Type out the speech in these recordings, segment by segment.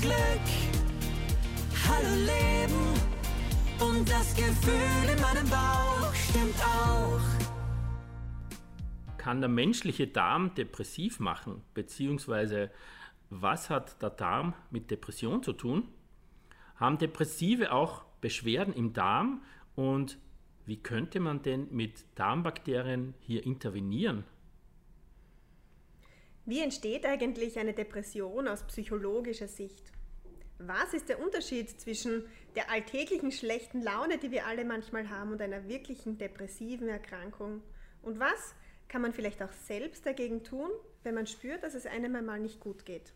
Glück, hallo Leben und das Gefühl in meinem Bauch stimmt auch. Kann der menschliche Darm depressiv machen? Beziehungsweise, was hat der Darm mit Depression zu tun? Haben Depressive auch Beschwerden im Darm? Und wie könnte man denn mit Darmbakterien hier intervenieren? Wie entsteht eigentlich eine Depression aus psychologischer Sicht? Was ist der Unterschied zwischen der alltäglichen schlechten Laune, die wir alle manchmal haben, und einer wirklichen depressiven Erkrankung? Und was kann man vielleicht auch selbst dagegen tun, wenn man spürt, dass es einem einmal nicht gut geht?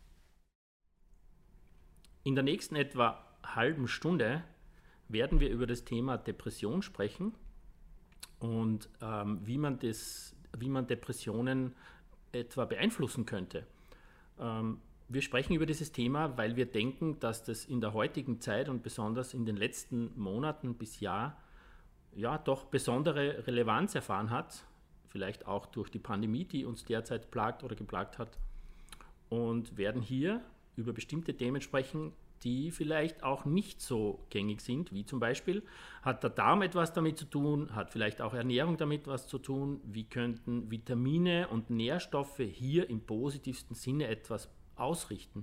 In der nächsten etwa halben Stunde werden wir über das Thema Depression sprechen und wie man Depressionen etwa beeinflussen könnte. Wir sprechen über dieses Thema, weil wir denken, dass das in der heutigen Zeit und besonders in den letzten Monaten bis Jahr doch besondere Relevanz erfahren hat, vielleicht auch durch die Pandemie, die uns derzeit plagt oder geplagt hat, und werden hier über bestimmte Themen sprechen, die vielleicht auch nicht so gängig sind, wie zum Beispiel, hat der Darm etwas damit zu tun, hat vielleicht auch Ernährung damit was zu tun, wie könnten Vitamine und Nährstoffe hier im positivsten Sinne etwas ausrichten?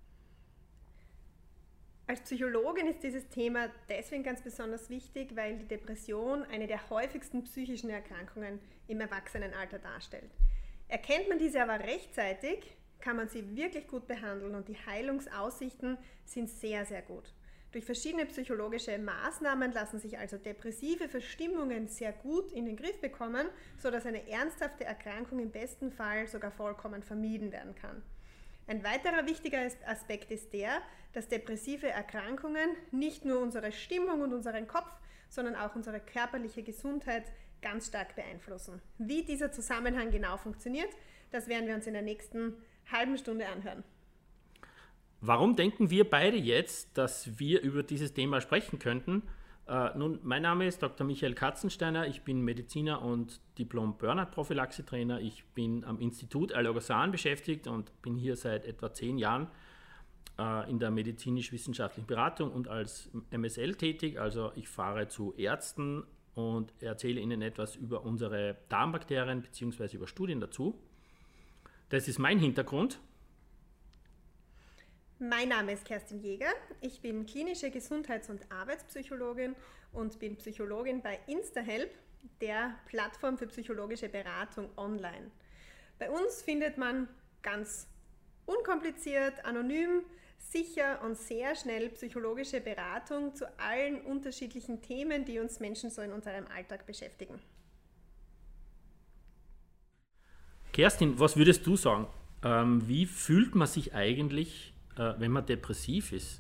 Als Psychologin ist dieses Thema deswegen ganz besonders wichtig, weil die Depression eine der häufigsten psychischen Erkrankungen im Erwachsenenalter darstellt. Erkennt man diese aber rechtzeitig, kann man sie wirklich gut behandeln und die Heilungsaussichten sind sehr, sehr gut. Durch verschiedene psychologische Maßnahmen lassen sich also depressive Verstimmungen sehr gut in den Griff bekommen, sodass eine ernsthafte Erkrankung im besten Fall sogar vollkommen vermieden werden kann. Ein weiterer wichtiger Aspekt ist der, dass depressive Erkrankungen nicht nur unsere Stimmung und unseren Kopf, sondern auch unsere körperliche Gesundheit ganz stark beeinflussen. Wie dieser Zusammenhang genau funktioniert, das werden wir uns in der nächsten halben Stunde anhören. Warum denken wir beide jetzt, dass wir über dieses Thema sprechen könnten? Nun, mein Name ist Dr. Michael Katzensteiner, ich bin Mediziner und Diplom-Burnout-Prophylaxe-Trainer. Ich bin am Institut Al-Oghasan beschäftigt und bin hier seit etwa 10 Jahren in der medizinisch-wissenschaftlichen Beratung und als MSL tätig. Also ich fahre zu Ärzten und erzähle ihnen etwas über unsere Darmbakterien bzw. über Studien dazu. Das ist mein Hintergrund. Mein Name ist Kerstin Jäger, ich bin klinische Gesundheits- und Arbeitspsychologin und bin Psychologin bei InstaHelp, der Plattform für psychologische Beratung online. Bei uns findet man ganz unkompliziert, anonym, sicher und sehr schnell psychologische Beratung zu allen unterschiedlichen Themen, die uns Menschen so in unserem Alltag beschäftigen. Kerstin, was würdest du sagen? Wie fühlt man sich eigentlich, wenn man depressiv ist?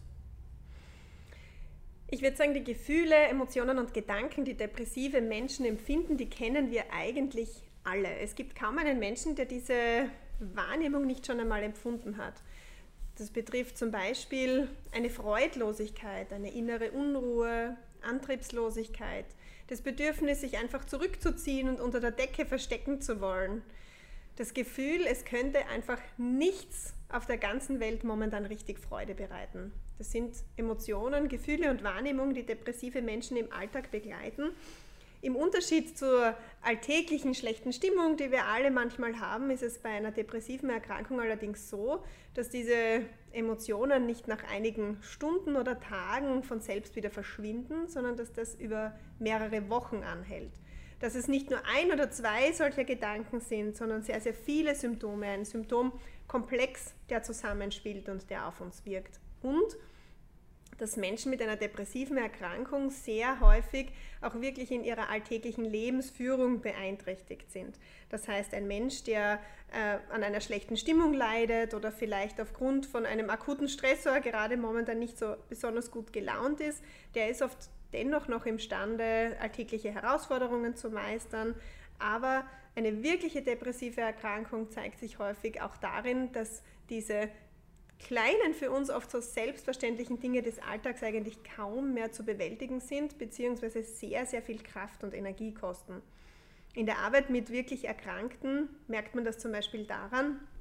Ich würde sagen, die Gefühle, Emotionen und Gedanken, die depressive Menschen empfinden, die kennen wir eigentlich alle. Es gibt kaum einen Menschen, der diese Wahrnehmung nicht schon einmal empfunden hat. Das betrifft zum Beispiel eine Freudlosigkeit, eine innere Unruhe, Antriebslosigkeit, das Bedürfnis, sich einfach zurückzuziehen und unter der Decke verstecken zu wollen. Das Gefühl, es könnte einfach nichts auf der ganzen Welt momentan richtig Freude bereiten. Das sind Emotionen, Gefühle und Wahrnehmungen, die depressive Menschen im Alltag begleiten. Im Unterschied zur alltäglichen schlechten Stimmung, die wir alle manchmal haben, ist es bei einer depressiven Erkrankung allerdings so, dass diese Emotionen nicht nach einigen Stunden oder Tagen von selbst wieder verschwinden, sondern dass das über mehrere Wochen anhält. Dass es nicht nur 1 oder 2 solcher Gedanken sind, sondern sehr, sehr viele Symptome, ein Symptomkomplex, der zusammenspielt und der auf uns wirkt. Und dass Menschen mit einer depressiven Erkrankung sehr häufig auch wirklich in ihrer alltäglichen Lebensführung beeinträchtigt sind. Das heißt, ein Mensch, der an einer schlechten Stimmung leidet oder vielleicht aufgrund von einem akuten Stressor gerade momentan nicht so besonders gut gelaunt ist, der ist oft dennoch noch imstande, alltägliche Herausforderungen zu meistern. Aber eine wirkliche depressive Erkrankung zeigt sich häufig auch darin, dass diese kleinen, für uns oft so selbstverständlichen Dinge des Alltags eigentlich kaum mehr zu bewältigen sind, beziehungsweise sehr, sehr viel Kraft und Energie kosten. In der Arbeit mit wirklich Erkrankten merkt man das zum Beispiel daran,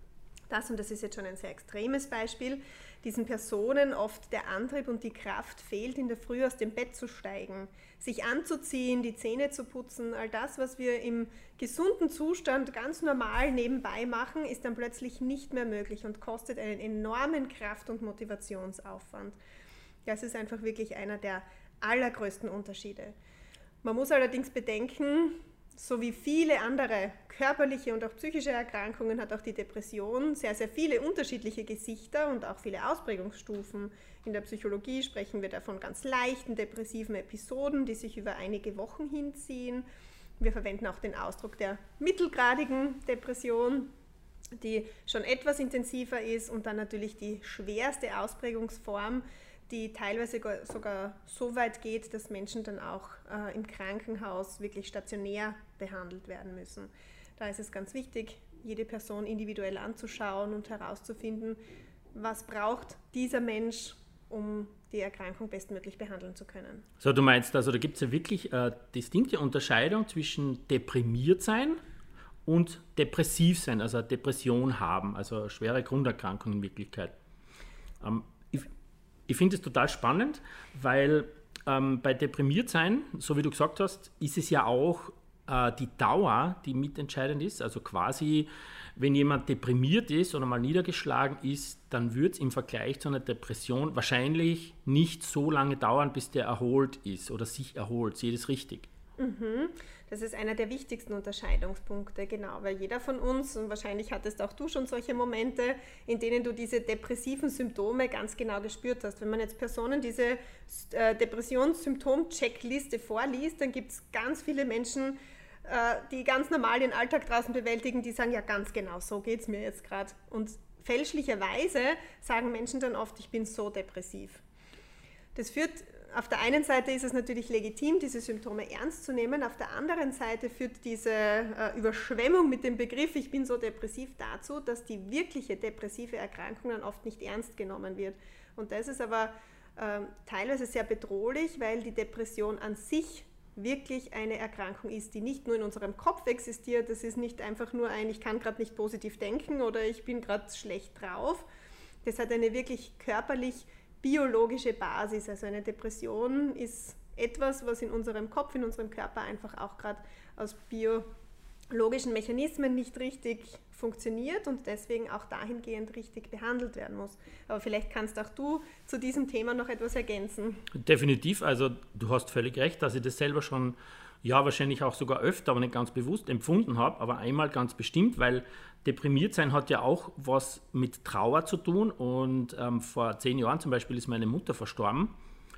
und das ist jetzt schon ein sehr extremes Beispiel, diesen Personen oft der Antrieb und die Kraft fehlt, in der Früh aus dem Bett zu steigen, sich anzuziehen, die Zähne zu putzen. All das, was wir im gesunden Zustand ganz normal nebenbei machen, ist dann plötzlich nicht mehr möglich und kostet einen enormen Kraft- und Motivationsaufwand. Das ist einfach wirklich einer der allergrößten Unterschiede. Man muss allerdings bedenken, so wie viele andere körperliche und auch psychische Erkrankungen hat auch die Depression sehr, sehr viele unterschiedliche Gesichter und auch viele Ausprägungsstufen. In der Psychologie sprechen wir da von ganz leichten depressiven Episoden, die sich über einige Wochen hinziehen. Wir verwenden auch den Ausdruck der mittelgradigen Depression, die schon etwas intensiver ist, und dann natürlich die schwerste Ausprägungsform, die teilweise sogar so weit geht, dass Menschen dann auch im Krankenhaus wirklich stationär behandelt werden müssen. Da ist es ganz wichtig, jede Person individuell anzuschauen und herauszufinden, was braucht dieser Mensch, um die Erkrankung bestmöglich behandeln zu können. So, du meinst also, da gibt es ja wirklich eine distinkte Unterscheidung zwischen deprimiert sein und depressiv sein, also eine Depression haben, also eine schwere Grunderkrankung in Wirklichkeit. Ich finde es total spannend, weil bei deprimiert sein, so wie du gesagt hast, ist es ja auch die Dauer, die mitentscheidend ist. Also quasi, wenn jemand deprimiert ist oder mal niedergeschlagen ist, dann wird es im Vergleich zu einer Depression wahrscheinlich nicht so lange dauern, bis der erholt ist oder sich erholt. Sehe ich das richtig? Das ist einer der wichtigsten Unterscheidungspunkte, genau, weil jeder von uns, und wahrscheinlich hattest auch du schon solche Momente, in denen du diese depressiven Symptome ganz genau gespürt hast. Wenn man jetzt Personen diese Depressionssymptom-Checkliste vorliest, dann gibt es ganz viele Menschen, die ganz normal den Alltag draußen bewältigen, die sagen, ja ganz genau, so geht es mir jetzt gerade. Und fälschlicherweise sagen Menschen dann oft, ich bin so depressiv. Das führt, auf der einen Seite ist es natürlich legitim, diese Symptome ernst zu nehmen, auf der anderen Seite führt diese Überschwemmung mit dem Begriff, ich bin so depressiv, dazu, dass die wirkliche depressive Erkrankung dann oft nicht ernst genommen wird. Und das ist aber teilweise sehr bedrohlich, weil die Depression an sich wirklich eine Erkrankung ist, die nicht nur in unserem Kopf existiert. Das ist nicht einfach nur ich kann gerade nicht positiv denken oder ich bin gerade schlecht drauf. Das hat eine wirklich körperlich-biologische Basis. Also eine Depression ist etwas, was in unserem Kopf, in unserem Körper einfach auch gerade aus biologischen Mechanismen nicht richtig funktioniert und deswegen auch dahingehend richtig behandelt werden muss. Aber vielleicht kannst auch du zu diesem Thema noch etwas ergänzen. Definitiv, also du hast völlig recht, dass ich das selber schon, ja wahrscheinlich auch sogar öfter, aber nicht ganz bewusst empfunden habe, aber einmal ganz bestimmt, weil deprimiert sein hat ja auch was mit Trauer zu tun und vor 10 Jahren zum Beispiel ist meine Mutter verstorben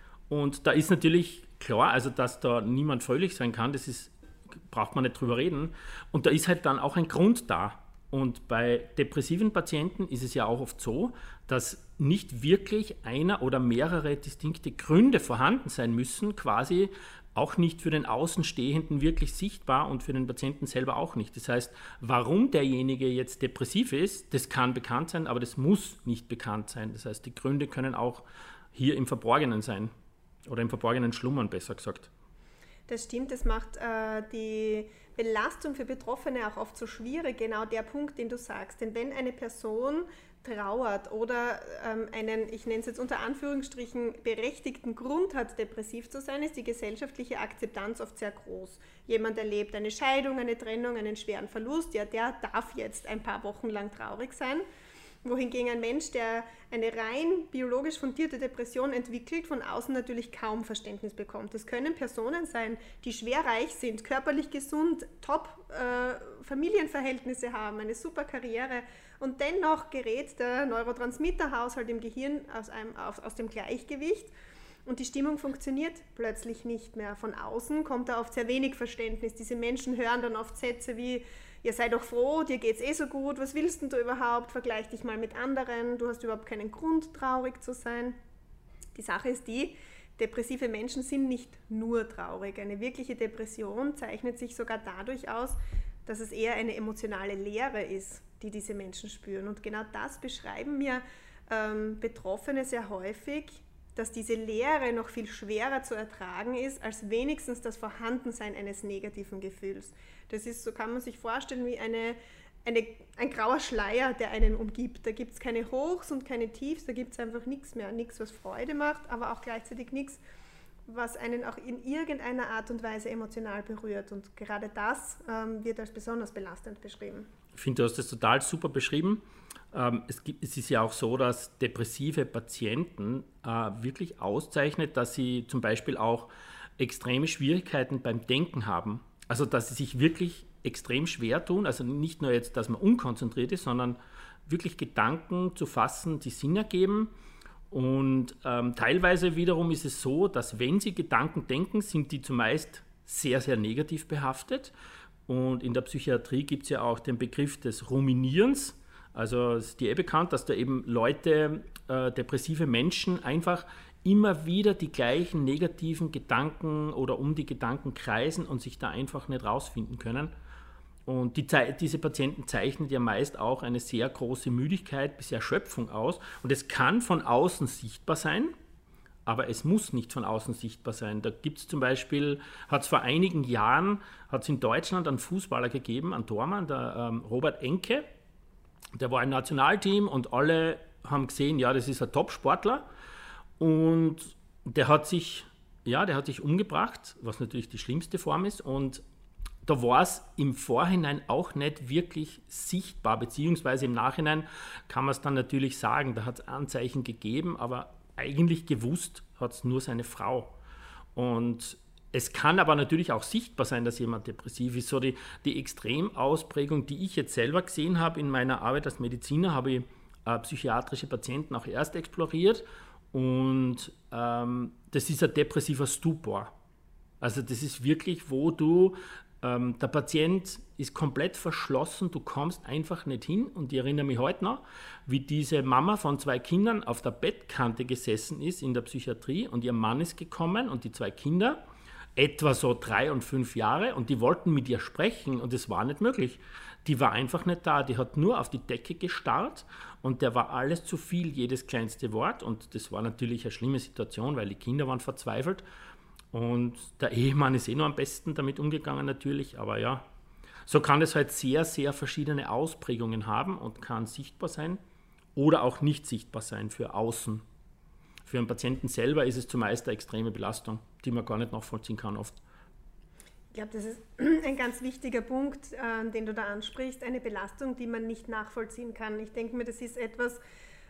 und da ist natürlich klar, also dass da niemand fröhlich sein kann, braucht man nicht drüber reden und da ist halt dann auch ein Grund da. Und bei depressiven Patienten ist es ja auch oft so, dass nicht wirklich einer oder mehrere distinkte Gründe vorhanden sein müssen, quasi auch nicht für den Außenstehenden wirklich sichtbar und für den Patienten selber auch nicht. Das heißt, warum derjenige jetzt depressiv ist, das kann bekannt sein, aber das muss nicht bekannt sein. Das heißt, die Gründe können auch hier im Verborgenen sein oder im Verborgenen schlummern, besser gesagt. Das stimmt, das macht die Belastung für Betroffene auch oft so schwierig, genau der Punkt, den du sagst. Denn wenn eine Person trauert oder einen, ich nenne es jetzt unter Anführungsstrichen, berechtigten Grund hat, depressiv zu sein, ist die gesellschaftliche Akzeptanz oft sehr groß. Jemand erlebt eine Scheidung, eine Trennung, einen schweren Verlust, ja, der darf jetzt ein paar Wochen lang traurig sein. Wohingegen ein Mensch, der eine rein biologisch fundierte Depression entwickelt, von außen natürlich kaum Verständnis bekommt. Das können Personen sein, die schwer reich sind, körperlich gesund, top Familienverhältnisse haben, eine super Karriere und dennoch gerät der Neurotransmitterhaushalt im Gehirn aus dem Gleichgewicht und die Stimmung funktioniert plötzlich nicht mehr. Von außen kommt da oft sehr wenig Verständnis. Diese Menschen hören dann oft Sätze wie: Ja, sei doch froh, dir geht's so gut, was willst denn du überhaupt? Vergleich dich mal mit anderen, du hast überhaupt keinen Grund, traurig zu sein. Die Sache ist die, depressive Menschen sind nicht nur traurig. Eine wirkliche Depression zeichnet sich sogar dadurch aus, dass es eher eine emotionale Leere ist, die diese Menschen spüren. Und genau das beschreiben mir Betroffene sehr häufig, dass diese Leere noch viel schwerer zu ertragen ist, als wenigstens das Vorhandensein eines negativen Gefühls. Das ist, so kann man sich vorstellen, wie eine ein grauer Schleier, der einen umgibt. Da gibt es keine Hochs und keine Tiefs, da gibt es einfach nichts mehr. Nichts, was Freude macht, aber auch gleichzeitig nichts, was einen auch in irgendeiner Art und Weise emotional berührt. Und gerade das wird als besonders belastend beschrieben. Ich finde, du hast das total super beschrieben. Es ist ja auch so, dass depressive Patienten wirklich auszeichnet, dass sie zum Beispiel auch extreme Schwierigkeiten beim Denken haben. Also, dass sie sich wirklich extrem schwer tun. Also nicht nur jetzt, dass man unkonzentriert ist, sondern wirklich Gedanken zu fassen, die Sinn ergeben. Und teilweise wiederum ist es so, dass wenn sie Gedanken denken, sind die zumeist sehr, sehr negativ behaftet. Und in der Psychiatrie gibt es ja auch den Begriff des Ruminierens. Also es ist dir bekannt, dass da eben Leute, depressive Menschen, einfach immer wieder die gleichen negativen Gedanken oder um die Gedanken kreisen und sich da einfach nicht rausfinden können. Und diese Patienten zeichnen ja meist auch eine sehr große Müdigkeit bis Erschöpfung aus. Und es kann von außen sichtbar sein, aber es muss nicht von außen sichtbar sein. Da gibt es zum Beispiel, hat es vor einigen Jahren, hat es in Deutschland einen Fußballer gegeben, einen Tormann, der Robert Enke. Der war im Nationalteam und alle haben gesehen, ja, das ist ein Top-Sportler. Und der hat sich umgebracht, was natürlich die schlimmste Form ist. Und da war es im Vorhinein auch nicht wirklich sichtbar, beziehungsweise im Nachhinein kann man es dann natürlich sagen, da hat es Anzeichen gegeben, aber eigentlich gewusst hat es nur seine Frau. Und es kann aber natürlich auch sichtbar sein, dass jemand depressiv ist. So die Extremausprägung, die ich jetzt selber gesehen habe in meiner Arbeit als Mediziner, habe ich psychiatrische Patienten auch erst exploriert. Und das ist ein depressiver Stupor. Also das ist wirklich, wo der Patient ist komplett verschlossen, du kommst einfach nicht hin. Und ich erinnere mich heute noch, wie diese Mama von 2 Kindern auf der Bettkante gesessen ist in der Psychiatrie und ihr Mann ist gekommen und die 2 Kinder, etwa so 3 und 5 Jahre, und die wollten mit ihr sprechen und es war nicht möglich. Die war einfach nicht da, die hat nur auf die Decke gestarrt und der war alles zu viel, jedes kleinste Wort, und das war natürlich eine schlimme Situation, weil die Kinder waren verzweifelt. Und der Ehemann ist noch am besten damit umgegangen natürlich, aber ja, so kann es halt sehr, sehr verschiedene Ausprägungen haben und kann sichtbar sein oder auch nicht sichtbar sein für außen. Für einen Patienten selber ist es zumeist eine extreme Belastung, die man gar nicht nachvollziehen kann oft. Ich glaube, das ist ein ganz wichtiger Punkt, den du da ansprichst, eine Belastung, die man nicht nachvollziehen kann. Ich denke mir, das ist etwas,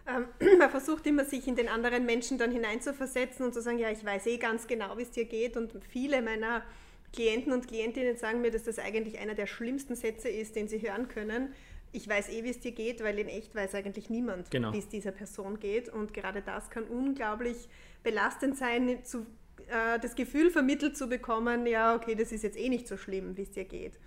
man versucht immer, sich in den anderen Menschen dann hineinzuversetzen und zu sagen, ja, ich weiß ganz genau, wie es dir geht. Und viele meiner Klienten und Klientinnen sagen mir, dass das eigentlich einer der schlimmsten Sätze ist, den sie hören können. Ich weiß wie es dir geht, weil in echt weiß eigentlich niemand, wie es dieser Person geht. Und gerade das kann unglaublich belastend sein, das Gefühl vermittelt zu bekommen, ja, okay, das ist jetzt nicht so schlimm, wie es dir geht.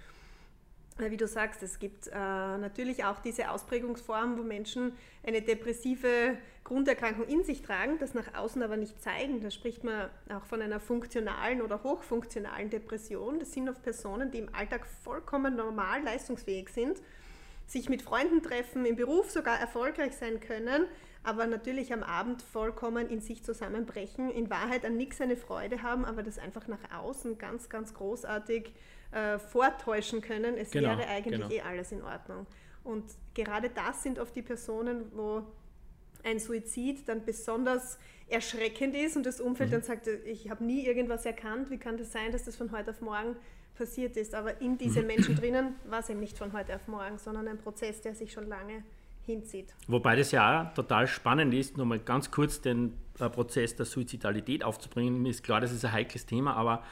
Wie du sagst, es gibt natürlich auch diese Ausprägungsform, wo Menschen eine depressive Grunderkrankung in sich tragen, das nach außen aber nicht zeigen. Da spricht man auch von einer funktionalen oder hochfunktionalen Depression. Das sind oft Personen, die im Alltag vollkommen normal leistungsfähig sind, sich mit Freunden treffen, im Beruf sogar erfolgreich sein können, aber natürlich am Abend vollkommen in sich zusammenbrechen, in Wahrheit an nichts eine Freude haben, aber das einfach nach außen ganz, ganz großartig vortäuschen können, es wäre eigentlich alles in Ordnung. Und gerade das sind oft die Personen, wo ein Suizid dann besonders erschreckend ist und das Umfeld dann sagt, ich habe nie irgendwas erkannt, wie kann das sein, dass das von heute auf morgen passiert ist. Aber in diese Menschen drinnen war es eben nicht von heute auf morgen, sondern ein Prozess, der sich schon lange hinzieht. Wobei das ja auch total spannend ist, nochmal ganz kurz den Prozess der Suizidalität aufzubringen. Mir ist klar, das ist ein heikles Thema, aber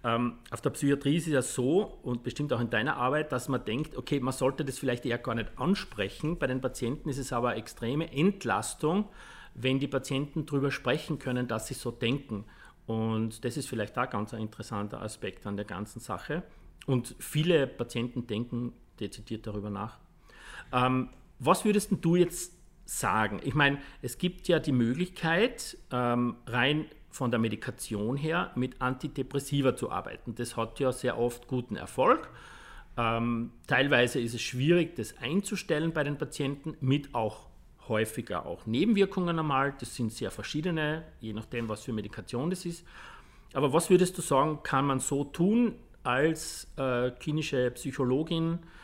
auf der Psychiatrie ist es ja so, und bestimmt auch in deiner Arbeit, dass man denkt, okay, man sollte das vielleicht eher gar nicht ansprechen. Bei den Patienten ist es aber eine extreme Entlastung, wenn die Patienten darüber sprechen können, dass sie so denken. Und das ist vielleicht auch ganz ein interessanter Aspekt an der ganzen Sache. Und viele Patienten denken dezidiert darüber nach. Was würdest du jetzt sagen? Ich meine, es gibt ja die Möglichkeit, rein von der Medikation her mit Antidepressiva zu arbeiten. Das hat ja sehr oft guten Erfolg. Teilweise ist es schwierig, das einzustellen bei den Patienten, mit auch häufiger auch Nebenwirkungen einmal. Das sind sehr verschiedene, je nachdem, was für Medikation das ist. Aber was würdest du sagen, kann man so tun als klinische Psychologin,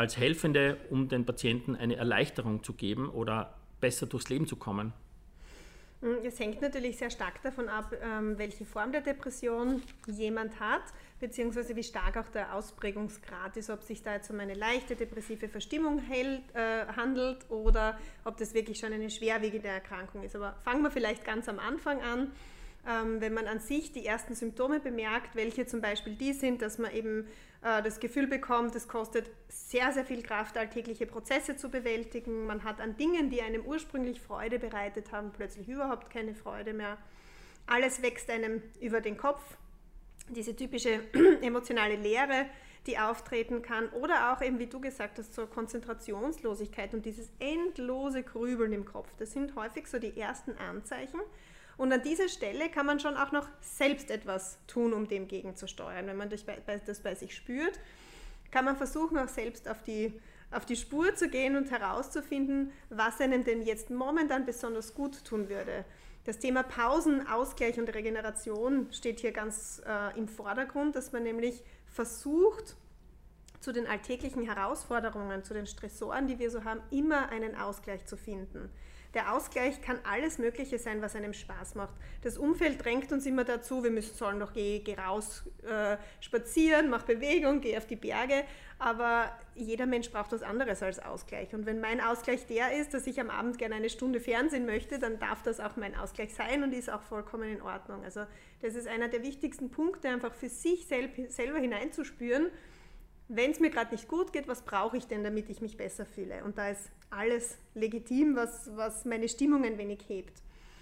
als Helfende, um den Patienten eine Erleichterung zu geben oder besser durchs Leben zu kommen? Es hängt natürlich sehr stark davon ab, welche Form der Depression jemand hat, beziehungsweise wie stark auch der Ausprägungsgrad ist, ob sich da jetzt um eine leichte depressive Verstimmung handelt oder ob das wirklich schon eine schwerwiegende Erkrankung ist. Aber fangen wir vielleicht ganz am Anfang an. Wenn man an sich die ersten Symptome bemerkt, welche zum Beispiel die sind, dass man eben das Gefühl bekommt, es kostet sehr, sehr viel Kraft, alltägliche Prozesse zu bewältigen. Man hat an Dingen, die einem ursprünglich Freude bereitet haben, plötzlich überhaupt keine Freude mehr. Alles wächst einem über den Kopf. Diese typische emotionale Leere, die auftreten kann. Oder auch eben, wie du gesagt hast, so Konzentrationslosigkeit und dieses endlose Grübeln im Kopf. Das sind häufig so die ersten Anzeichen. Und an dieser Stelle kann man schon auch noch selbst etwas tun, um dem gegenzusteuern. Wenn man das bei sich spürt, kann man versuchen, auch selbst auf die Spur zu gehen und herauszufinden, was einem denn jetzt momentan besonders gut tun würde. Das Thema Pausen, Ausgleich und Regeneration steht hier ganz im Vordergrund, dass man nämlich versucht, zu den alltäglichen Herausforderungen, zu den Stressoren, die wir so haben, immer einen Ausgleich zu finden. Der Ausgleich kann alles Mögliche sein, was einem Spaß macht. Das Umfeld drängt uns immer dazu, sollen doch geh raus spazieren, mach Bewegung, geh auf die Berge, aber jeder Mensch braucht was anderes als Ausgleich. Und wenn mein Ausgleich der ist, dass ich am Abend gerne eine Stunde Fernsehen möchte, dann darf das auch mein Ausgleich sein und ist auch vollkommen in Ordnung. Also das ist einer der wichtigsten Punkte, einfach für sich selber hineinzuspüren, wenn es mir gerade nicht gut geht, was brauche ich denn, damit ich mich besser fühle? Und da ist alles legitim, was meine Stimmung ein wenig hebt.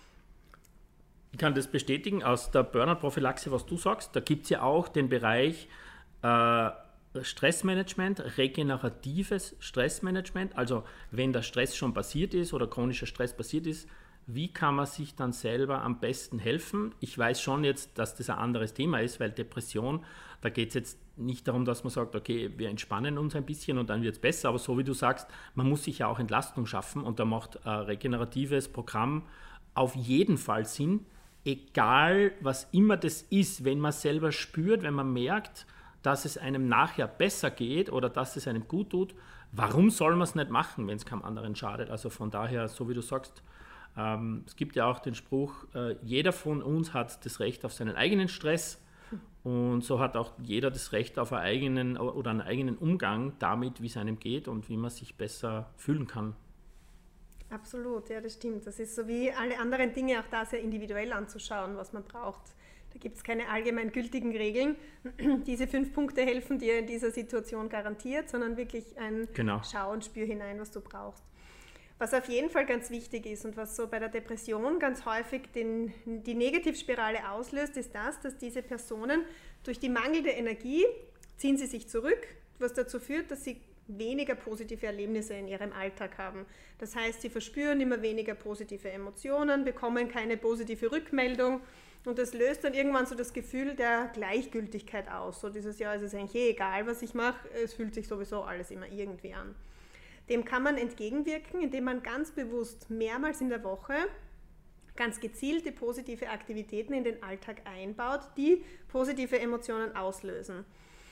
Ich kann das bestätigen aus der Burnout-Prophylaxe, was du sagst. Da gibt es ja auch den Bereich Stressmanagement, regeneratives Stressmanagement. Also wenn der Stress schon passiert ist oder chronischer Stress passiert ist, wie kann man sich dann selber am besten helfen? Ich weiß schon jetzt, dass das ein anderes Thema ist, weil Depression, da geht es jetzt nicht darum, dass man sagt, okay, wir entspannen uns ein bisschen und dann wird es besser, aber so wie du sagst, man muss sich ja auch Entlastung schaffen und da macht ein regeneratives Programm auf jeden Fall Sinn, egal was immer das ist, wenn man selber spürt, wenn man merkt, dass es einem nachher besser geht oder dass es einem gut tut, warum soll man es nicht machen, wenn es keinem anderen schadet? Also von daher, so wie du sagst, es gibt ja auch den Spruch, jeder von uns hat das Recht auf seinen eigenen Stress und so hat auch jeder das Recht auf einen eigenen Umgang damit, wie es einem geht und wie man sich besser fühlen kann. Absolut, ja, das stimmt. Das ist so wie alle anderen Dinge auch da sehr individuell anzuschauen, was man braucht. Da gibt es keine allgemein gültigen Regeln. Diese 5 Punkte helfen dir in dieser Situation garantiert, sondern wirklich ein Schau und Spür hinein, was du brauchst. Was auf jeden Fall ganz wichtig ist und was so bei der Depression ganz häufig die Negativspirale auslöst, ist dass diese Personen durch die mangelnde Energie ziehen sie sich zurück, was dazu führt, dass sie weniger positive Erlebnisse in ihrem Alltag haben. Das heißt, sie verspüren immer weniger positive Emotionen, bekommen keine positive Rückmeldung und das löst dann irgendwann so das Gefühl der Gleichgültigkeit aus. So dieses Jahr ist es eigentlich egal, was ich mache, es fühlt sich sowieso alles immer irgendwie an. Dem kann man entgegenwirken, indem man ganz bewusst mehrmals in der Woche ganz gezielte positive Aktivitäten in den Alltag einbaut, die positive Emotionen auslösen.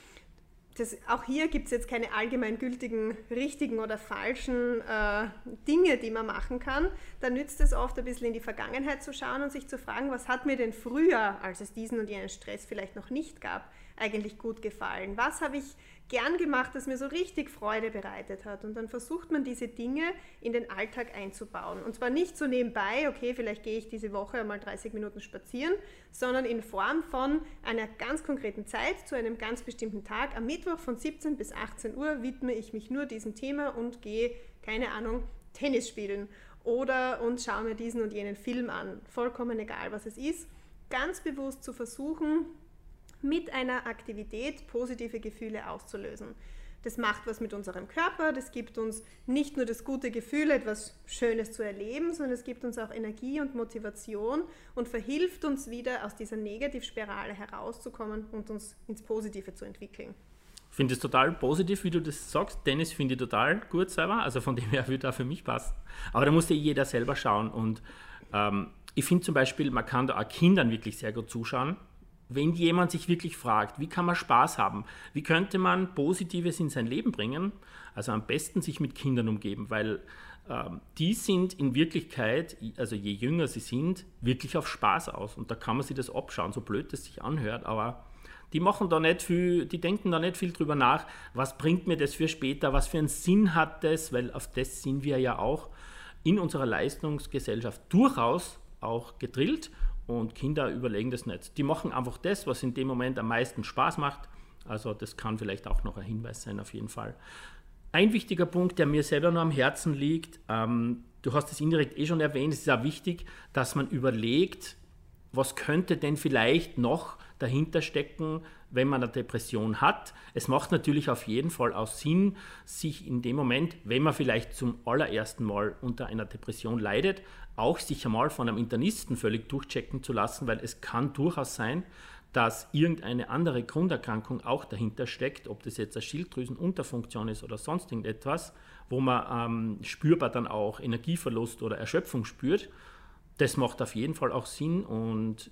Auch hier gibt es jetzt keine allgemeingültigen, richtigen oder falschen Dinge, die man machen kann. Da nützt es oft ein bisschen in die Vergangenheit zu schauen und sich zu fragen, was hat mir denn früher, als es diesen und jenen Stress vielleicht noch nicht gab, eigentlich gut gefallen? Was habe ich gern gemacht, das mir so richtig Freude bereitet hat? Und dann versucht man diese Dinge in den Alltag einzubauen. Und zwar nicht so nebenbei, okay, vielleicht gehe ich diese Woche einmal 30 Minuten spazieren, sondern in Form von einer ganz konkreten Zeit zu einem ganz bestimmten Tag. Am Mittwoch von 17 bis 18 Uhr widme ich mich nur diesem Thema und gehe, keine Ahnung, Tennis spielen und schaue mir diesen und jenen Film an. Vollkommen egal, was es ist. Ganz bewusst zu versuchen, mit einer Aktivität positive Gefühle auszulösen. Das macht was mit unserem Körper, das gibt uns nicht nur das gute Gefühl, etwas Schönes zu erleben, sondern es gibt uns auch Energie und Motivation und verhilft uns wieder aus dieser Negativspirale herauszukommen und uns ins Positive zu entwickeln. Ich finde es total positiv, wie du das sagst. Tennis finde ich total gut selber, also von dem her würde auch für mich passen. Aber da muss ja jeder selber schauen und ich finde zum Beispiel, man kann da auch Kindern wirklich sehr gut zuschauen. wenn jemand sich wirklich fragt, wie kann man Spaß haben, wie könnte man Positives in sein Leben bringen, also am besten sich mit Kindern umgeben, weil die sind in Wirklichkeit, also je jünger sie sind, wirklich auf Spaß aus. Und da kann man sich das abschauen, so blöd das sich anhört, aber die machen da nicht viel, die denken da nicht viel drüber nach, was bringt mir das für später, was für einen Sinn hat das, weil auf das sind wir ja auch in unserer Leistungsgesellschaft durchaus auch gedrillt und Kinder überlegen das nicht. Die machen einfach das, was in dem Moment am meisten Spaß macht. Also das kann vielleicht auch noch ein Hinweis sein auf jeden Fall. Ein wichtiger Punkt, der mir selber noch am Herzen liegt, du hast es indirekt schon erwähnt, es ist auch wichtig, dass man überlegt, was könnte denn vielleicht noch dahinter stecken, wenn man eine Depression hat. Es macht natürlich auf jeden Fall auch Sinn, sich in dem Moment, wenn man vielleicht zum allerersten Mal unter einer Depression leidet, auch sich einmal von einem Internisten völlig durchchecken zu lassen, weil es kann durchaus sein, dass irgendeine andere Grunderkrankung auch dahinter steckt, ob das jetzt eine Schilddrüsenunterfunktion ist oder sonst irgendetwas, wo man spürbar dann auch Energieverlust oder Erschöpfung spürt. Das macht auf jeden Fall auch Sinn und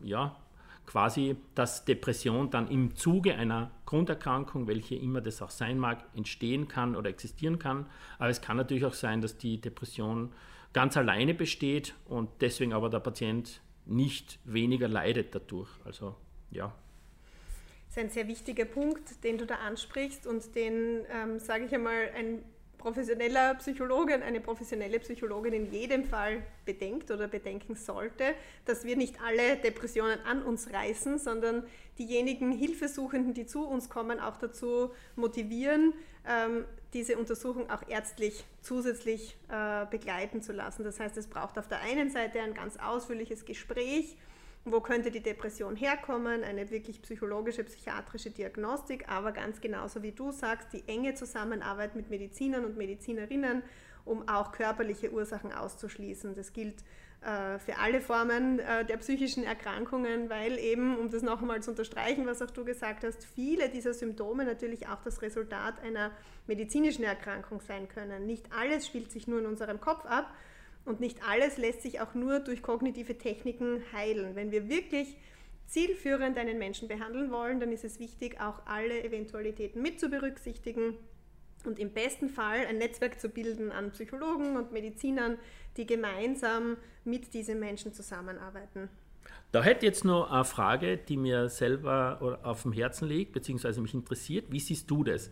quasi, dass Depression dann im Zuge einer Grunderkrankung, welche immer das auch sein mag, entstehen kann oder existieren kann. Aber es kann natürlich auch sein, dass die Depression ganz alleine besteht und deswegen aber der Patient nicht weniger leidet dadurch. Also ja. Das ist ein sehr wichtiger Punkt, den du da ansprichst und den, sage ich einmal, ein professioneller Psychologe und eine professionelle Psychologin in jedem Fall bedenkt oder bedenken sollte, dass wir nicht alle Depressionen an uns reißen, sondern diejenigen Hilfesuchenden, die zu uns kommen, auch dazu motivieren, diese Untersuchung auch ärztlich zusätzlich begleiten zu lassen. Das heißt, es braucht auf der einen Seite ein ganz ausführliches Gespräch, wo könnte die Depression herkommen, eine wirklich psychologische, psychiatrische Diagnostik, aber ganz genauso wie du sagst, die enge Zusammenarbeit mit Medizinern und Medizinerinnen, um auch körperliche Ursachen auszuschließen. Das gilt für alle Formen der psychischen Erkrankungen, weil eben, um das noch einmal zu unterstreichen, was auch du gesagt hast, viele dieser Symptome natürlich auch das Resultat einer medizinischen Erkrankung sein können. Nicht alles spielt sich nur in unserem Kopf ab, und nicht alles lässt sich auch nur durch kognitive Techniken heilen. Wenn wir wirklich zielführend einen Menschen behandeln wollen, dann ist es wichtig, auch alle Eventualitäten mit zu berücksichtigen und im besten Fall ein Netzwerk zu bilden an Psychologen und Medizinern, die gemeinsam mit diesen Menschen zusammenarbeiten. Da hätte ich jetzt noch eine Frage, die mir selber auf dem Herzen liegt, beziehungsweise mich interessiert. Wie siehst du das?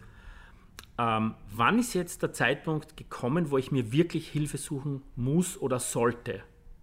Wann ist jetzt der Zeitpunkt gekommen, wo ich mir wirklich Hilfe suchen muss oder sollte?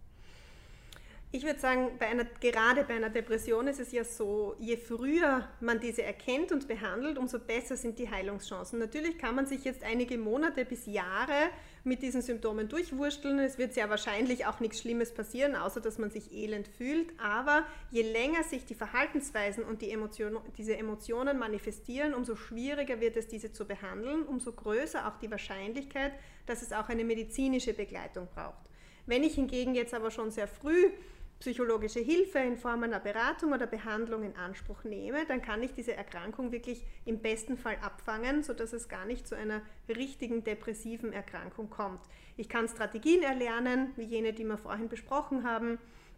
Ich würde sagen, gerade bei einer Depression ist es ja so, je früher man diese erkennt und behandelt, umso besser sind die Heilungschancen. Natürlich kann man sich jetzt einige Monate bis Jahre mit diesen Symptomen durchwursteln. Es wird sehr wahrscheinlich auch nichts Schlimmes passieren, außer dass man sich elend fühlt. Aber je länger sich die Verhaltensweisen und diese Emotionen manifestieren, umso schwieriger wird es, diese zu behandeln, umso größer auch die Wahrscheinlichkeit, dass es auch eine medizinische Begleitung braucht. Wenn ich hingegen jetzt aber schon sehr früh psychologische Hilfe in Form einer Beratung oder Behandlung in Anspruch nehme, dann kann ich diese Erkrankung wirklich im besten Fall abfangen, sodass es gar nicht zu einer richtigen depressiven Erkrankung kommt. Ich kann Strategien erlernen, wie jene, die wir vorhin besprochen haben,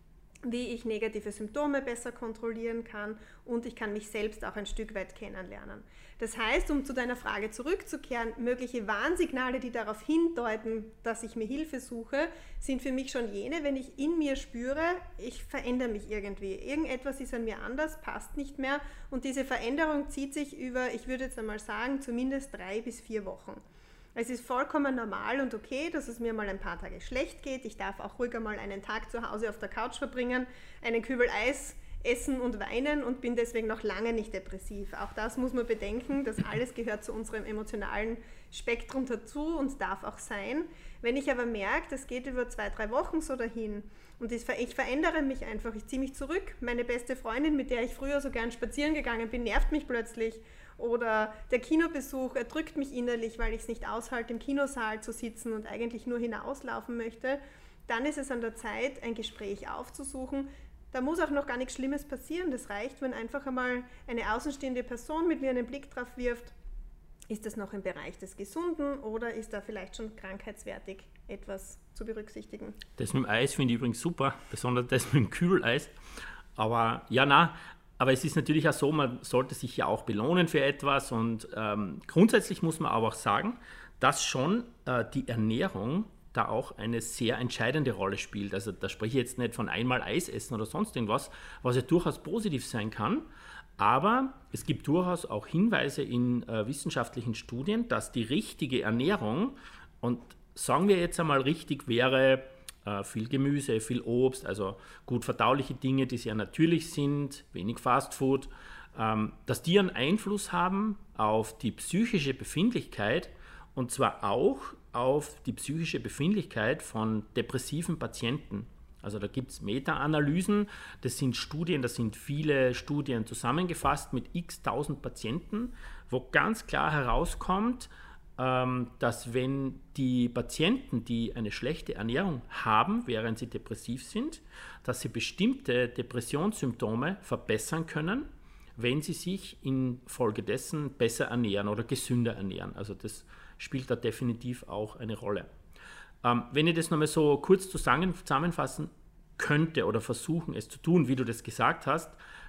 wie ich negative Symptome besser kontrollieren kann und ich kann mich selbst auch ein Stück weit kennenlernen. Das heißt, um zu deiner Frage zurückzukehren, mögliche Warnsignale, die darauf hindeuten, dass ich mir Hilfe suche, sind für mich schon jene, wenn ich in mir spüre, ich verändere mich irgendwie. Irgendetwas ist an mir anders, passt nicht mehr und diese Veränderung zieht sich über, ich würde jetzt einmal sagen, zumindest 3 bis 4 Wochen. Es ist vollkommen normal und okay, dass es mir mal ein paar Tage schlecht geht. Ich darf auch ruhig einmal einen Tag zu Hause auf der Couch verbringen, einen Kübel Eis essen und weinen und bin deswegen noch lange nicht depressiv. Auch das muss man bedenken, das alles gehört zu unserem emotionalen Spektrum dazu und darf auch sein. Wenn ich aber merke, das geht über 2-3 Wochen so dahin und ich verändere mich einfach, ich ziehe mich zurück, meine beste Freundin, mit der ich früher so gern spazieren gegangen bin, nervt mich plötzlich oder der Kinobesuch erdrückt mich innerlich, weil ich es nicht aushalte, im Kinosaal zu sitzen und eigentlich nur hinauslaufen möchte, dann ist es an der Zeit, ein Gespräch aufzusuchen. Da muss auch noch gar nichts Schlimmes passieren. Das reicht, wenn einfach einmal eine außenstehende Person mit mir einen Blick drauf wirft. Ist das noch im Bereich des Gesunden oder ist da vielleicht schon krankheitswertig etwas zu berücksichtigen? Das mit dem Eis finde ich übrigens super, besonders das mit dem Kübeleis. Aber ja, Aber es ist natürlich auch so, man sollte sich ja auch belohnen für etwas und grundsätzlich muss man aber auch sagen, dass schon die Ernährung da auch eine sehr entscheidende Rolle spielt. Also da spreche ich jetzt nicht von einmal Eis essen oder sonst irgendwas, was ja durchaus positiv sein kann. Aber es gibt durchaus auch Hinweise in wissenschaftlichen Studien, dass die richtige Ernährung, und sagen wir jetzt einmal richtig, wäre viel Gemüse, viel Obst, also gut verdauliche Dinge, die sehr natürlich sind, wenig Fastfood, dass die einen Einfluss haben auf die psychische Befindlichkeit, und zwar auch auf die psychische Befindlichkeit von depressiven Patienten. Also da gibt es Meta-Analysen, das sind Studien, da sind viele Studien zusammengefasst mit x-tausend Patienten, wo ganz klar herauskommt, dass wenn die Patienten, die eine schlechte Ernährung haben, während sie depressiv sind, dass sie bestimmte Depressionssymptome verbessern können, wenn sie sich infolgedessen besser ernähren oder gesünder ernähren. Also das spielt da definitiv auch eine Rolle. Wenn ich das nochmal so kurz zusammenfassen könnte oder versuchen es zu tun, wie du das gesagt hast,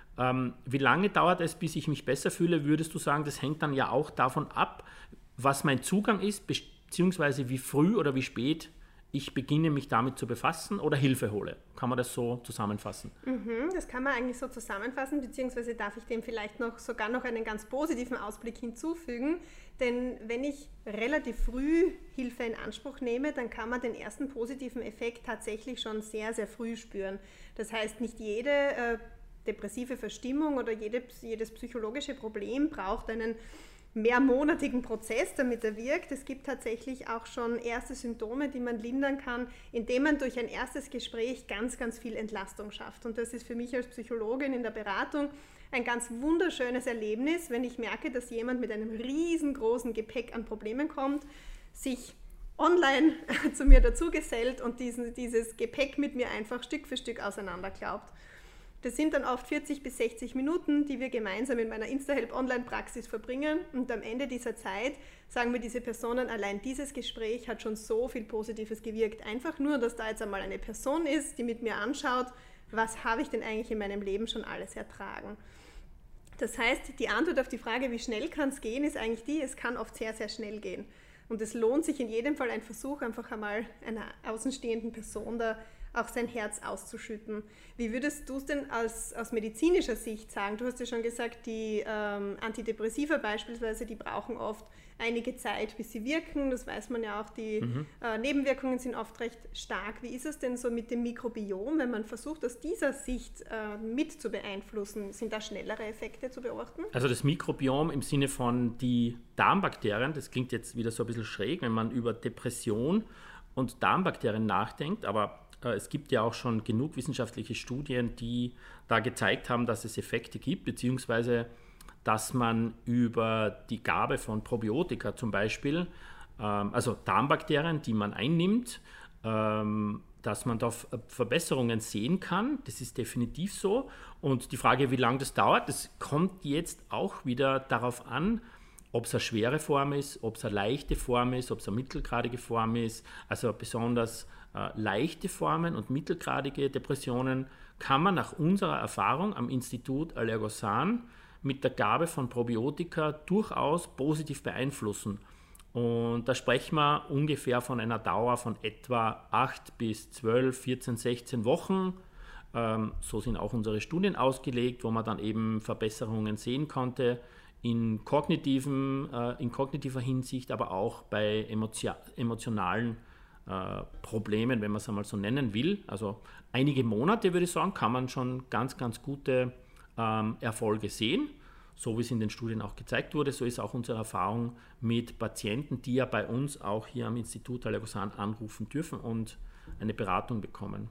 wie lange dauert es, bis ich mich besser fühle, würdest du sagen, das hängt dann ja auch davon ab, was mein Zugang ist, beziehungsweise wie früh oder wie spät ich beginne, mich damit zu befassen oder Hilfe hole. Kann man das so zusammenfassen? Das kann man eigentlich so zusammenfassen, beziehungsweise darf ich dem vielleicht sogar noch einen ganz positiven Ausblick hinzufügen. Denn wenn ich relativ früh Hilfe in Anspruch nehme, dann kann man den ersten positiven Effekt tatsächlich schon sehr, sehr früh spüren. Das heißt, nicht jede depressive Verstimmung oder jedes psychologische Problem braucht einen mehrmonatigen Prozess, damit er wirkt. Es gibt tatsächlich auch schon erste Symptome, die man lindern kann, indem man durch ein erstes Gespräch ganz, ganz viel Entlastung schafft. Und das ist für mich als Psychologin in der Beratung ein ganz wunderschönes Erlebnis, wenn ich merke, dass jemand mit einem riesengroßen Gepäck an Problemen kommt, sich online zu mir dazu gesellt und dieses Gepäck mit mir einfach Stück für Stück auseinanderklaubt. Das sind dann oft 40 bis 60 Minuten, die wir gemeinsam in meiner InstaHelp-Online-Praxis verbringen. Und am Ende dieser Zeit sagen mir diese Personen, allein dieses Gespräch hat schon so viel Positives gewirkt. Einfach nur, dass da jetzt einmal eine Person ist, die mit mir anschaut, was habe ich denn eigentlich in meinem Leben schon alles ertragen. Das heißt, die Antwort auf die Frage, wie schnell kann es gehen, ist eigentlich es kann oft sehr, sehr schnell gehen. Und es lohnt sich in jedem Fall ein Versuch, einfach einmal einer außenstehenden Person da auch sein Herz auszuschütten. Wie würdest du es denn aus medizinischer Sicht sagen? Du hast ja schon gesagt, die Antidepressiva beispielsweise, die brauchen oft einige Zeit, bis sie wirken. Das weiß man ja auch, die Nebenwirkungen sind oft recht stark. Wie ist es denn so mit dem Mikrobiom, wenn man versucht, aus dieser Sicht mit zu beeinflussen? Sind da schnellere Effekte zu beobachten? Also das Mikrobiom im Sinne von die Darmbakterien, das klingt jetzt wieder so ein bisschen schräg, wenn man über Depression und Darmbakterien nachdenkt, aber es gibt ja auch schon genug wissenschaftliche Studien, die da gezeigt haben, dass es Effekte gibt, beziehungsweise dass man über die Gabe von Probiotika zum Beispiel, also Darmbakterien, die man einnimmt, dass man da Verbesserungen sehen kann. Das ist definitiv so. Und die Frage, wie lange das dauert, das kommt jetzt auch wieder darauf an, ob es eine schwere Form ist, ob es eine leichte Form ist, ob es eine mittelgradige Form ist. Also besonders leichte Formen und mittelgradige Depressionen kann man nach unserer Erfahrung am Institut Allergosan mit der Gabe von Probiotika durchaus positiv beeinflussen. Und da sprechen wir ungefähr von einer Dauer von etwa 8 bis 12, 14, 16 Wochen. So sind auch unsere Studien ausgelegt, wo man dann eben Verbesserungen sehen konnte in kognitiver Hinsicht, aber auch bei emotionalen Problemen, wenn man es einmal so nennen will. Also einige Monate, würde ich sagen, kann man schon ganz, ganz gute Erfolge sehen. So wie es in den Studien auch gezeigt wurde, so ist auch unsere Erfahrung mit Patienten, die ja bei uns auch hier am Institut Allergosan anrufen dürfen und eine Beratung bekommen.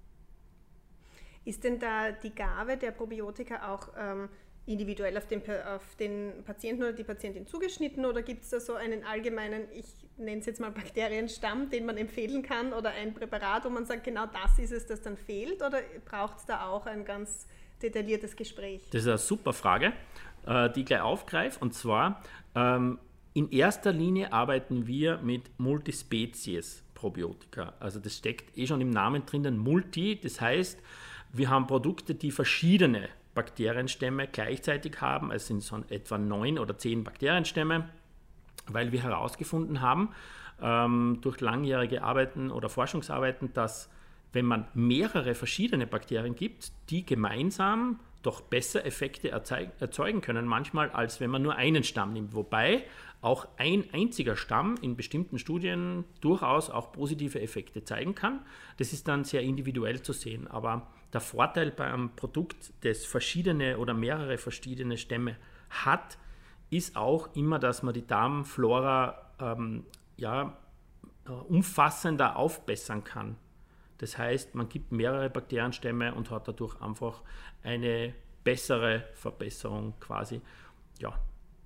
Ist denn da die Gabe der Probiotika auch individuell auf den Patienten oder die Patientin zugeschnitten, oder gibt es da so einen allgemeinen, ich nenne es jetzt mal Bakterienstamm, den man empfehlen kann, oder ein Präparat, wo man sagt, genau das ist es, das dann fehlt, oder braucht es da auch ein ganz detailliertes Gespräch? Das ist eine super Frage, die ich gleich aufgreife, und zwar in erster Linie arbeiten wir mit Multispezies-Probiotika. Also das steckt schon im Namen drinnen, Multi, das heißt, wir haben Produkte, die verschiedene Bakterienstämme gleichzeitig haben. Es sind so etwa 9 oder 10 Bakterienstämme, weil wir herausgefunden haben, durch langjährige Arbeiten oder Forschungsarbeiten, dass wenn man mehrere verschiedene Bakterien gibt, die gemeinsam doch besser Effekte erzeugen können manchmal, als wenn man nur einen Stamm nimmt. Wobei auch ein einziger Stamm in bestimmten Studien durchaus auch positive Effekte zeigen kann. Das ist dann sehr individuell zu sehen. Aber der Vorteil bei einem Produkt, das verschiedene oder mehrere verschiedene Stämme hat, ist auch immer, dass man die Darmflora umfassender aufbessern kann. Das heißt, man gibt mehrere Bakterienstämme und hat dadurch einfach eine bessere Verbesserung quasi. Ja.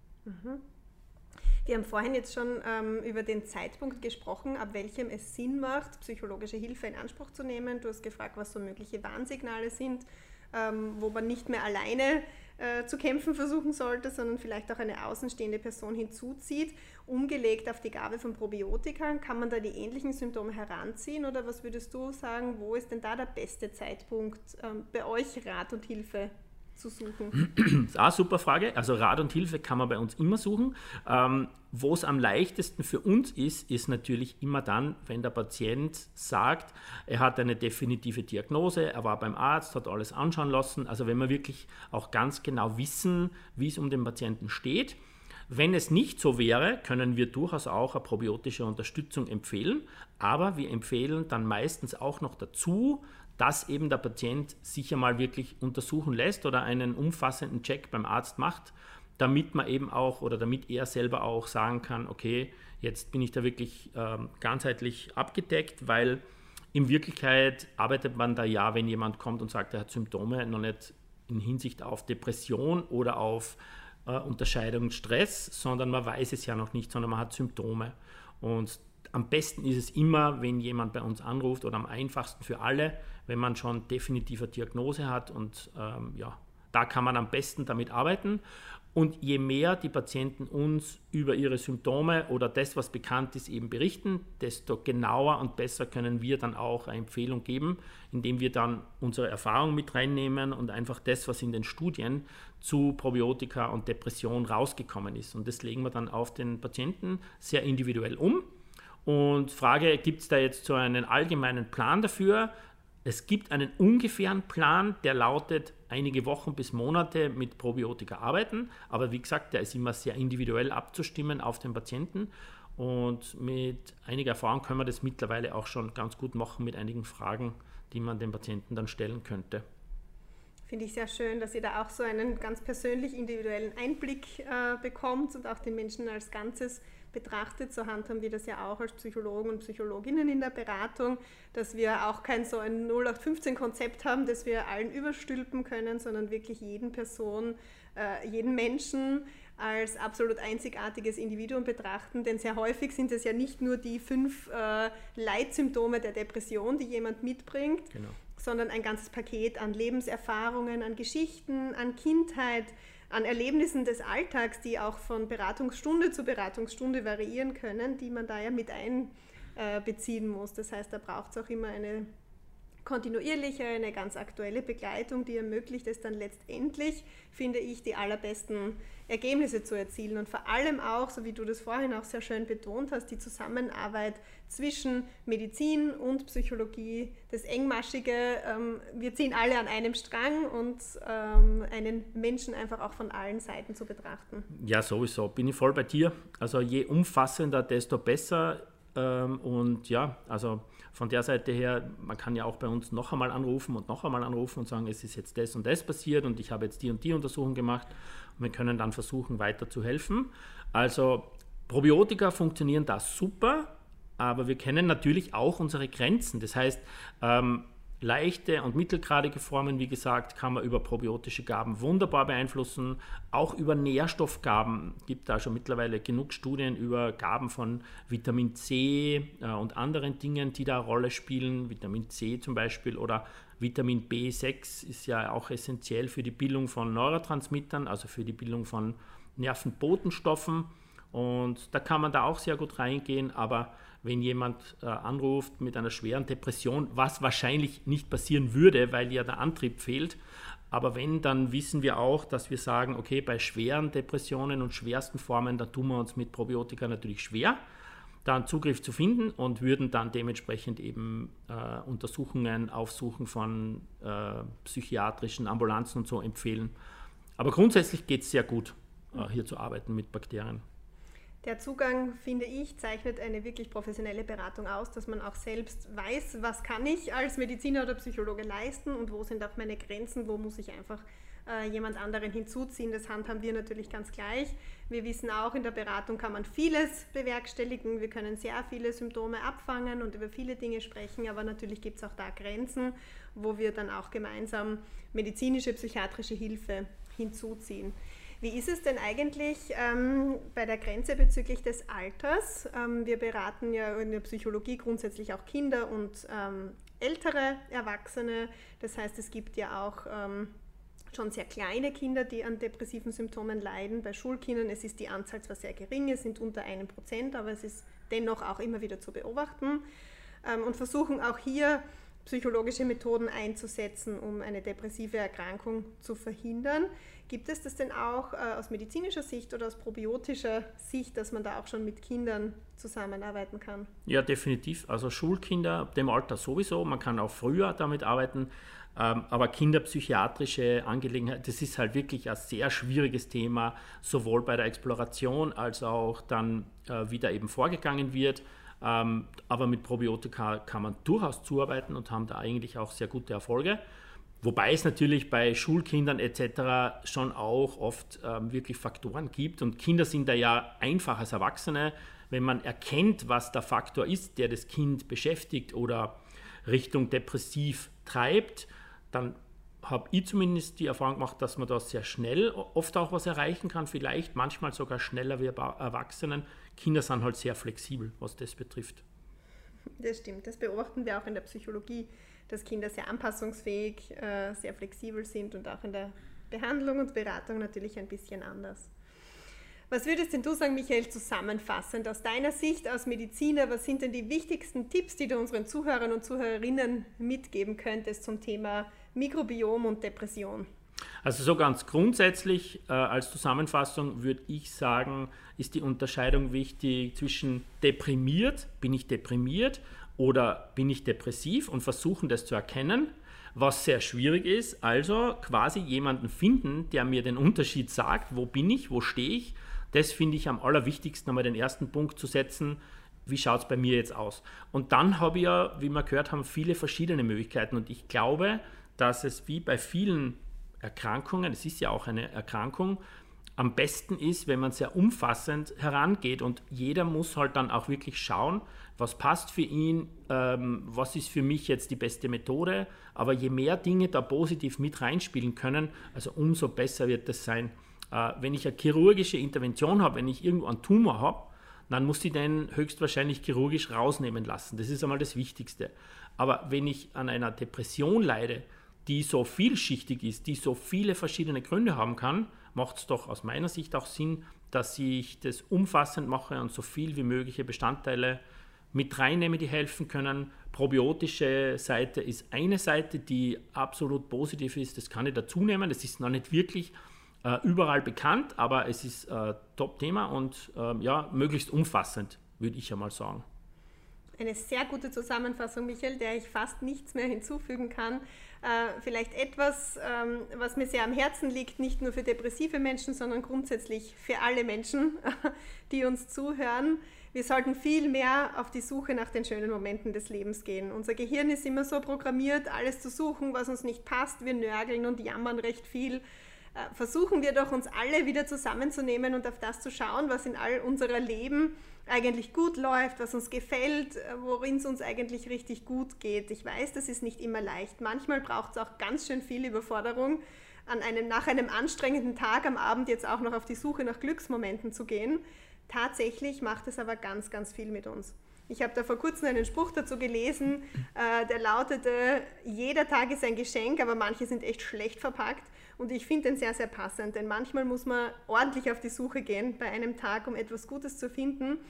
Wir haben vorhin jetzt schon über den Zeitpunkt gesprochen, ab welchem es Sinn macht, psychologische Hilfe in Anspruch zu nehmen. Du hast gefragt, was so mögliche Warnsignale sind, wo man nicht mehr alleine zu kämpfen versuchen sollte, sondern vielleicht auch eine außenstehende Person hinzuzieht. Umgelegt auf die Gabe von Probiotika, kann man da die ähnlichen Symptome heranziehen oder was würdest du sagen, wo ist denn da der beste Zeitpunkt, bei euch Rat und Hilfe zu suchen? Das ist auch eine super Frage. Also Rat und Hilfe kann man bei uns immer suchen. Wo es am leichtesten für uns ist natürlich immer dann, wenn der Patient sagt, er hat eine definitive Diagnose, er war beim Arzt, hat alles anschauen lassen. Also wenn wir wirklich auch ganz genau wissen, wie es um den Patienten steht. Wenn es nicht so wäre, können wir durchaus auch eine probiotische Unterstützung empfehlen. Aber wir empfehlen dann meistens auch noch dazu, dass eben der Patient sich einmal wirklich untersuchen lässt oder einen umfassenden Check beim Arzt macht, damit man eben auch oder damit er selber auch sagen kann, okay, jetzt bin ich da wirklich ganzheitlich abgedeckt, weil in Wirklichkeit arbeitet man da ja, wenn jemand kommt und sagt, er hat Symptome, noch nicht in Hinsicht auf Depression oder auf Unterscheidung Stress, sondern man weiß es ja noch nicht, sondern man hat Symptome. Und am besten ist es immer, wenn jemand bei uns anruft oder am einfachsten für alle, wenn man schon definitive Diagnose hat und da kann man am besten damit arbeiten. Und je mehr die Patienten uns über ihre Symptome oder das, was bekannt ist, eben berichten, desto genauer und besser können wir dann auch eine Empfehlung geben, indem wir dann unsere Erfahrung mit reinnehmen und einfach das, was in den Studien zu Probiotika und Depression rausgekommen ist. Und das legen wir dann auf den Patienten sehr individuell um. Und Frage, gibt es da jetzt so einen allgemeinen Plan dafür? Es gibt einen ungefähren Plan, der lautet, einige Wochen bis Monate mit Probiotika arbeiten. Aber wie gesagt, der ist immer sehr individuell abzustimmen auf den Patienten. Und mit einiger Erfahrung können wir das mittlerweile auch schon ganz gut machen mit einigen Fragen, die man den Patienten dann stellen könnte. Finde ich sehr schön, dass ihr da auch so einen ganz persönlich individuellen Einblick bekommt und auch den Menschen als Ganzes betrachtet. So handhaben wir das ja auch als Psychologen und Psychologinnen in der Beratung, dass wir auch kein so ein 0815-Konzept haben, das wir allen überstülpen können, sondern wirklich jeden Menschen als absolut einzigartiges Individuum betrachten, denn sehr häufig sind es ja nicht nur die 5 Leitsymptome der Depression, die jemand mitbringt, genau, sondern ein ganzes Paket an Lebenserfahrungen, an Geschichten, an Kindheit, an Erlebnissen des Alltags, die auch von Beratungsstunde zu Beratungsstunde variieren können, die man da ja mit einbeziehen muss. Das heißt, da braucht es auch immer eine kontinuierliche, eine ganz aktuelle Begleitung, die ermöglicht es dann letztendlich, finde ich, die allerbesten Ergebnisse zu erzielen und vor allem auch, so wie du das vorhin auch sehr schön betont hast, die Zusammenarbeit zwischen Medizin und Psychologie, das Engmaschige, wir ziehen alle an einem Strang und einen Menschen einfach auch von allen Seiten zu betrachten. Ja, sowieso, bin ich voll bei dir. Also je umfassender, desto besser. Und ja, also von der Seite her, man kann ja auch bei uns noch einmal anrufen und sagen, es ist jetzt das und das passiert und ich habe jetzt die und die Untersuchung gemacht und wir können dann versuchen, weiter zu helfen. Also Probiotika funktionieren da super, aber wir kennen natürlich auch unsere Grenzen. Das heißt, leichte und mittelgradige Formen, wie gesagt, kann man über probiotische Gaben wunderbar beeinflussen. Auch über Nährstoffgaben gibt da schon mittlerweile genug Studien über Gaben von Vitamin C und anderen Dingen, die da eine Rolle spielen. Vitamin C zum Beispiel oder Vitamin B6 ist ja auch essentiell für die Bildung von Neurotransmittern, also für die Bildung von Nervenbotenstoffen. Und da kann man da auch sehr gut reingehen, aber wenn jemand anruft mit einer schweren Depression, was wahrscheinlich nicht passieren würde, weil ja der Antrieb fehlt, Aber wenn, dann wissen wir auch, dass wir sagen, okay, bei schweren Depressionen und schwersten Formen, da tun wir uns mit Probiotika natürlich schwer, da einen Zugriff zu finden und würden dann dementsprechend eben Untersuchungen, Aufsuchen von psychiatrischen Ambulanzen und so empfehlen. Aber grundsätzlich geht es sehr gut, hier zu arbeiten mit Bakterien. Der Zugang, finde ich, zeichnet eine wirklich professionelle Beratung aus, dass man auch selbst weiß, was kann ich als Mediziner oder Psychologe leisten und wo sind auch meine Grenzen, wo muss ich einfach jemand anderen hinzuziehen. Das handhaben wir natürlich ganz gleich. Wir wissen auch, in der Beratung kann man vieles bewerkstelligen. Wir können sehr viele Symptome abfangen und über viele Dinge sprechen, aber natürlich gibt es auch da Grenzen, wo wir dann auch gemeinsam medizinische, psychiatrische Hilfe hinzuziehen. Wie ist es denn eigentlich bei der Grenze bezüglich des Alters? Wir beraten ja in der Psychologie grundsätzlich auch Kinder und ältere Erwachsene. Das heißt, es gibt ja auch schon sehr kleine Kinder, die an depressiven Symptomen leiden. Bei Schulkindern ist die Anzahl zwar sehr gering, es sind unter 1%, aber es ist dennoch auch immer wieder zu beobachten und versuchen auch hier psychologische Methoden einzusetzen, um eine depressive Erkrankung zu verhindern. Gibt es das denn auch aus medizinischer Sicht oder aus probiotischer Sicht, dass man da auch schon mit Kindern zusammenarbeiten kann? Ja, definitiv. Also Schulkinder, ab dem Alter sowieso. Man kann auch früher damit arbeiten. Aber kinderpsychiatrische Angelegenheiten, das ist halt wirklich ein sehr schwieriges Thema, sowohl bei der Exploration als auch dann, wie da eben vorgegangen wird. Aber mit Probiotika kann man durchaus zuarbeiten und haben da eigentlich auch sehr gute Erfolge. Wobei es natürlich bei Schulkindern etc. schon auch oft wirklich Faktoren gibt. Und Kinder sind da ja einfach als Erwachsene, wenn man erkennt, was der Faktor ist, der das Kind beschäftigt oder Richtung depressiv treibt, dann habe ich zumindest die Erfahrung gemacht, dass man da sehr schnell oft auch was erreichen kann, vielleicht manchmal sogar schneller wie bei Erwachsenen. Kinder sind halt sehr flexibel, was das betrifft. Das stimmt, das beobachten wir auch in der Psychologie, dass Kinder sehr anpassungsfähig, sehr flexibel sind und auch in der Behandlung und Beratung natürlich ein bisschen anders. Was würdest denn du sagen, Michael, zusammenfassend aus deiner Sicht als Mediziner, was sind denn die wichtigsten Tipps, die du unseren Zuhörern und Zuhörerinnen mitgeben könntest zum Thema Mikrobiom und Depression? Also so ganz grundsätzlich als Zusammenfassung würde ich sagen, ist die Unterscheidung wichtig zwischen deprimiert, bin ich deprimiert oder bin ich depressiv und versuchen das zu erkennen, was sehr schwierig ist. Also quasi jemanden finden, der mir den Unterschied sagt, wo bin ich, wo stehe ich. Das finde ich am allerwichtigsten, einmal den ersten Punkt zu setzen, wie schaut es bei mir jetzt aus. Und dann habe ich ja, wie wir gehört haben, viele verschiedene Möglichkeiten und ich glaube, dass es wie bei vielen Erkrankungen, es ist ja auch eine Erkrankung, am besten ist, wenn man sehr umfassend herangeht und jeder muss halt dann auch wirklich schauen, was passt für ihn, was ist für mich jetzt die beste Methode, aber je mehr Dinge da positiv mit reinspielen können, also umso besser wird das sein. Wenn ich eine chirurgische Intervention habe, wenn ich irgendwo einen Tumor habe, dann muss ich den höchstwahrscheinlich chirurgisch rausnehmen lassen. Das ist einmal das Wichtigste. Aber wenn ich an einer Depression leide, die so vielschichtig ist, die so viele verschiedene Gründe haben kann, macht es doch aus meiner Sicht auch Sinn, dass ich das umfassend mache und so viel wie mögliche Bestandteile mit reinnehme, die helfen können. Probiotische Seite ist eine Seite, die absolut positiv ist, das kann ich dazu nehmen. Das ist noch nicht wirklich überall bekannt, aber es ist ein Top-Thema und ja, möglichst umfassend, würde ich ja mal sagen. Eine sehr gute Zusammenfassung, Michael, der ich fast nichts mehr hinzufügen kann. Vielleicht etwas, was mir sehr am Herzen liegt, nicht nur für depressive Menschen, sondern grundsätzlich für alle Menschen, die uns zuhören. Wir sollten viel mehr auf die Suche nach den schönen Momenten des Lebens gehen. Unser Gehirn ist immer so programmiert, alles zu suchen, was uns nicht passt. Wir nörgeln und jammern recht viel. Versuchen wir doch, uns alle wieder zusammenzunehmen und auf das zu schauen, was in all unserer Leben eigentlich gut läuft, was uns gefällt, worin es uns eigentlich richtig gut geht. Ich weiß, das ist nicht immer leicht. Manchmal braucht es auch ganz schön viel Überforderung, nach einem anstrengenden Tag am Abend jetzt auch noch auf die Suche nach Glücksmomenten zu gehen. Tatsächlich macht es aber ganz, ganz viel mit uns. Ich habe da vor kurzem einen Spruch dazu gelesen, der lautete, jeder Tag ist ein Geschenk, aber manche sind echt schlecht verpackt. Und ich finde den sehr, sehr passend, denn manchmal muss man ordentlich auf die Suche gehen bei einem Tag, um etwas Gutes zu finden.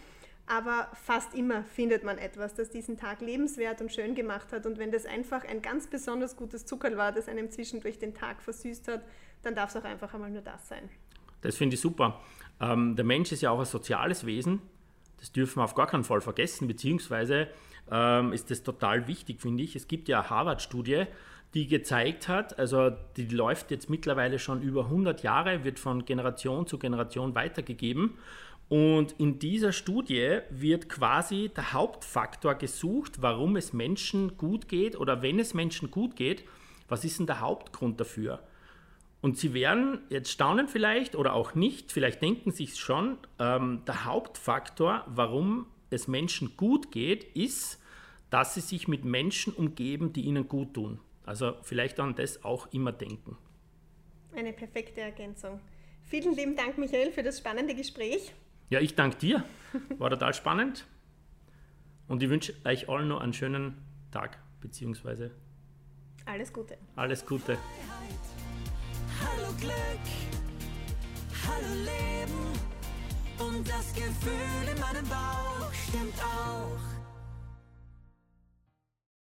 aber fast immer findet man etwas, das diesen Tag lebenswert und schön gemacht hat. Und wenn das einfach ein ganz besonders gutes Zuckerl war, das einem zwischendurch den Tag versüßt hat, dann darf es auch einfach einmal nur das sein. Das finde ich super. Der Mensch ist ja auch ein soziales Wesen. Das dürfen wir auf gar keinen Fall vergessen, beziehungsweise ist das total wichtig, finde ich. Es gibt ja eine Harvard-Studie, die gezeigt hat, also die läuft jetzt mittlerweile schon über 100 Jahre, wird von Generation zu Generation weitergegeben. Und in dieser Studie wird quasi der Hauptfaktor gesucht, warum es Menschen gut geht oder wenn es Menschen gut geht, was ist denn der Hauptgrund dafür? Und Sie werden jetzt staunen vielleicht oder auch nicht, vielleicht denken Sie es schon, der Hauptfaktor, warum es Menschen gut geht, ist, dass sie sich mit Menschen umgeben, die ihnen gut tun. Also vielleicht an das auch immer denken. Eine perfekte Ergänzung. Vielen lieben Dank, Michael, für das spannende Gespräch. Ja, ich danke dir. War total spannend. Und ich wünsche euch allen noch einen schönen Tag, beziehungsweise alles Gute. Alles Gute. Hallo Glück, hallo Leben und das Gefühl in meinem Bauch stimmt auch.